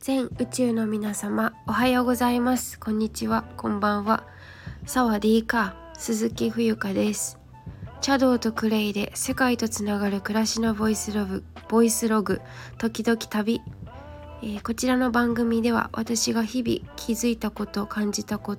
全宇宙の皆様、おはようございます。こんにちは、こんばんは。サワディーカー、鈴木冬香です。茶道とクレイで世界とつながる暮らしのボイスログ、時々旅。こちらの番組では私が日々気づいたこと、感じたこと、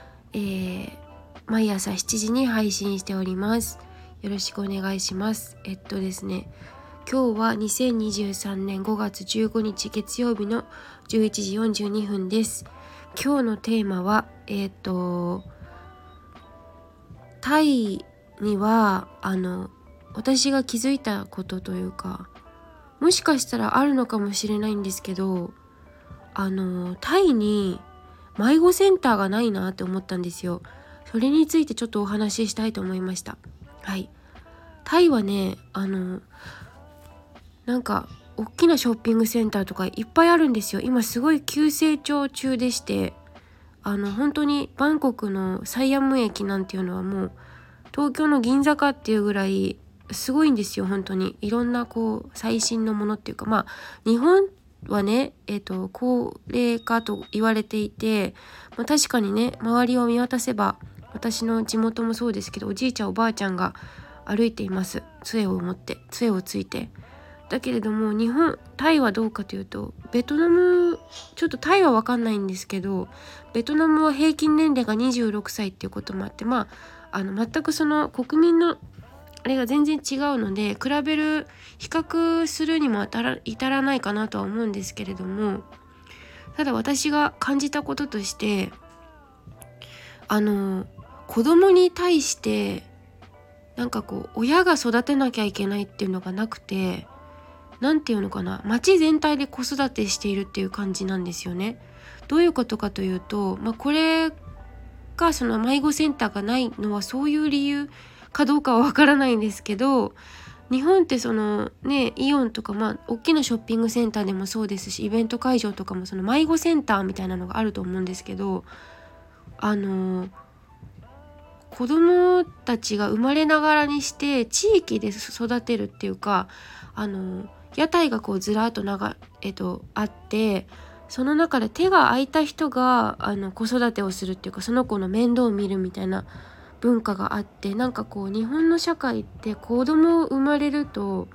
毎朝7時に配信しております。よろしくお願いします。ですね、今日は2023年5月15日月曜日の11時42分です。今日のテーマはタイには私が気づいたことというか、もしかしたらあるのかもしれないんですけど、タイに迷子センターがないなって思ったんですよ。それについてちょっとお話ししたいと思いました。はい。タイはね、なんか大きなショッピングセンターとかいっぱいあるんですよ。今すごい急成長中でして、本当にバンコクのサイアム駅なんていうのはもう東京の銀座かっていうぐらいすごいんですよ。本当にいろんな最新のものっていうか、日本はね、高齢化と言われていて、確かにね、周りを見渡せば私の地元もそうですけど、おじいちゃんおばあちゃんが歩いています。杖を持って、杖をついて。だけれどもタイはどうかというと、ベトナム、ちょっとタイは分かんないんですけど、ベトナムは平均年齢が26歳っていうこともあって、全くその国民のあれが全然違うので、比較するにも至らないかなとは思うんですけれども、ただ私が感じたこととして、子供に対して親が育てなきゃいけないっていうのがなくて、なんていうのかな、町全体で子育てしているっていう感じなんですよね。どういうことかというと、これがその迷子センターがないのはそういう理由かどうかはわからないんですけど、日本ってそのね、イオンとか大きなショッピングセンターでもそうですし、イベント会場とかもその迷子センターみたいなのがあると思うんですけど、子供たちが生まれながらにして地域で育てるっていうか、屋台がずらっとあって、その中で手が空いた人が子育てをするっていうか、その子の面倒を見るみたいな文化があって、日本の社会って子供を生まれると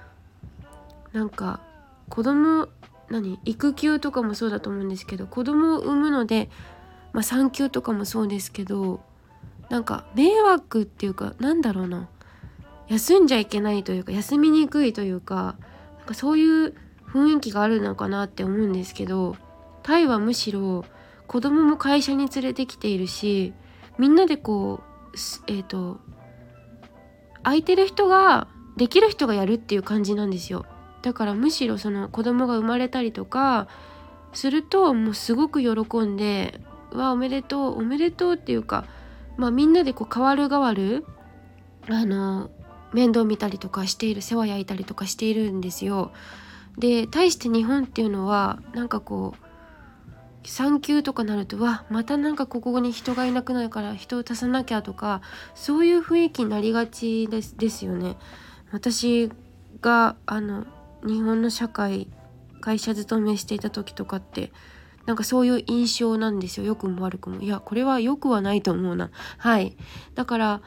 育休とかもそうだと思うんですけど、子供を産むので、産休とかもそうですけど、迷惑っていうか、休んじゃいけないというか、休みにくいというか、そういう雰囲気があるのかなって思うんですけど、タイはむしろ子供も会社に連れてきているし、みんなで空いてる人ができる人がやるっていう感じなんですよ。だからむしろその子供が生まれたりとかすると、もうすごく喜んで、おめでとうおめでとうっていうか、みんなで代わる代わる面倒見たりとかしている、世話焼いたりとかしているんですよ。で、対して日本っていうのは産休とかなると、またここに人がいなくなるから人を足さなきゃとか、そういう雰囲気になりがちですよね。私が日本の会社勤めしていた時とかって、そういう印象なんですよ。良くも悪くも。いや、これは良くはないと思うな。はい。だから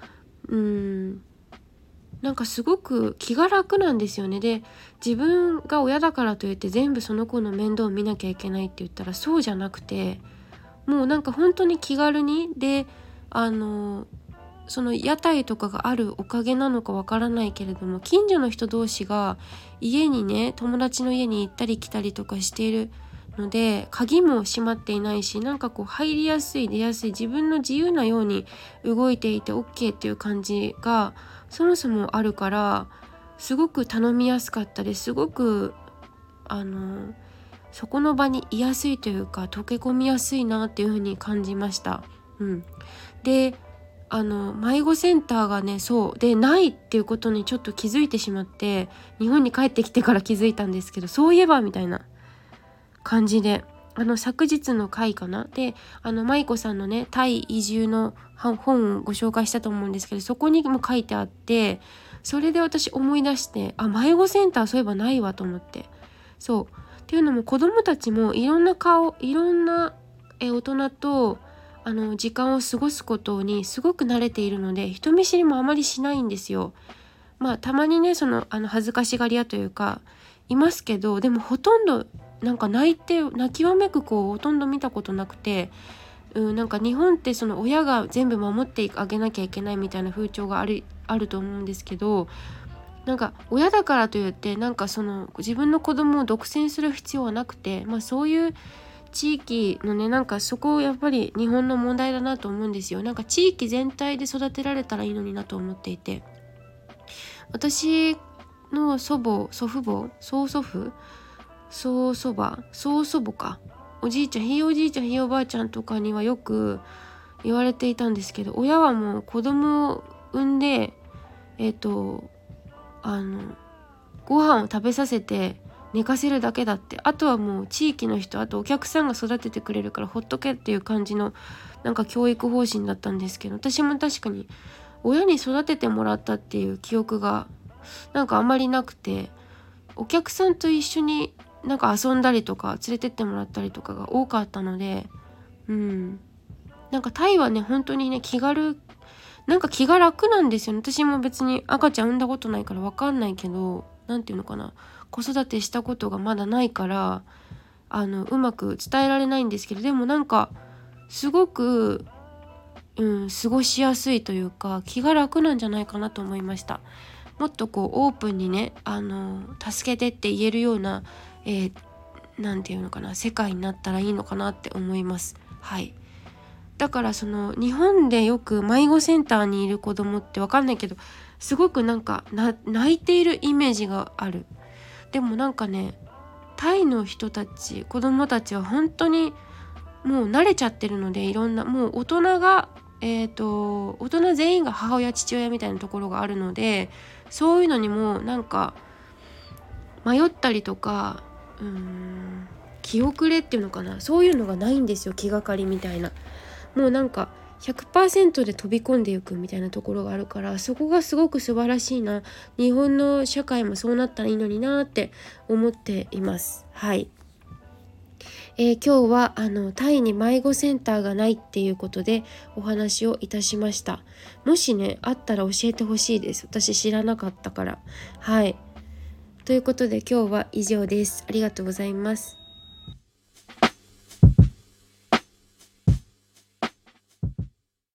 すごく気が楽なんですよね。で、自分が親だからといって全部その子の面倒を見なきゃいけないって言ったらそうじゃなくて、もう本当に気軽にで、その屋台とかがあるおかげなのかわからないけれども、近所の人同士が家にね、友達の家に行ったり来たりとかしているので、鍵も閉まっていないし、入りやすい出やすい、自分の自由なように動いていて OK っていう感じがそもそもあるから、すごく頼みやすかったです。すごくそこの場に居やすいというか、溶け込みやすいなっていう風に感じました。で、迷子センターがね、そうでないっていうことにちょっと気づいてしまって、日本に帰ってきてから気づいたんですけど、そういえばみたいな感じで、昨日の回かなで、舞子さんのね、タイ移住の本をご紹介したと思うんですけど、そこにも書いてあって、それで私思い出して、迷子センターそういえばないわと思って。そうっていうのも子どもたちもいろんな大人と時間を過ごすことにすごく慣れているので、人見知りもあまりしないんですよ。たまにね恥ずかしがり屋というかいますけど、でもほとんどなんか泣きわめく子をほとんど見たことなくて、なんか日本って親が全部守ってあげなきゃいけないみたいな風潮があると思うんですけど、なんか親だからといってなんか自分の子供を独占する必要はなくて、そういう地域のね、なんかそこやっぱり日本の問題だなと思うんですよ。なんか地域全体で育てられたらいいのになと思っていて、私の祖母、祖父母、曽祖父、曽祖母か、おじいちゃん、ひいおじいちゃん、ひいおばあちゃんとかにはよく言われていたんですけど、親はもう子供を産んでご飯を食べさせて寝かせるだけだって、あとはもう地域の人、あとお客さんが育ててくれるからほっとけっていう感じのなんか教育方針だったんですけど、私も確かに親に育ててもらったっていう記憶がなんかあんまりなくて、お客さんと一緒になんか遊んだりとか連れてってもらったりとかが多かったので、なんかタイはね本当にね気が楽なんですよね。私も別に赤ちゃん産んだことないから分かんないけど、なんていうのかな、子育てしたことがまだないからうまく伝えられないんですけど、でもなんかすごく過ごしやすいというか気が楽なんじゃないかなと思いました。もっとオープンにね助けてって言えるような、なんていうのかな、世界になったらいいのかなって思います。はい。だから日本でよく迷子センターにいる子供ってわかんないけど、すごくなんか泣いているイメージがある。でもなんかね、タイの人たち、子供たちは本当にもう慣れちゃってるので、いろんなもう大人全員が母親父親みたいなところがあるので、そういうのにもなんか迷ったりとか気遅れっていうのかな、そういうのがないんですよ。気がかりみたいな、もうなんか 100% で飛び込んでいくみたいなところがあるから、そこがすごく素晴らしいな。日本の社会もそうなったらいいのになって思っています。はい。今日はタイに迷子センターがないっていうことでお話をいたしました。もしねあったら教えてほしいです。私知らなかったから。はい。ということで今日は以上です。ありがとうございます。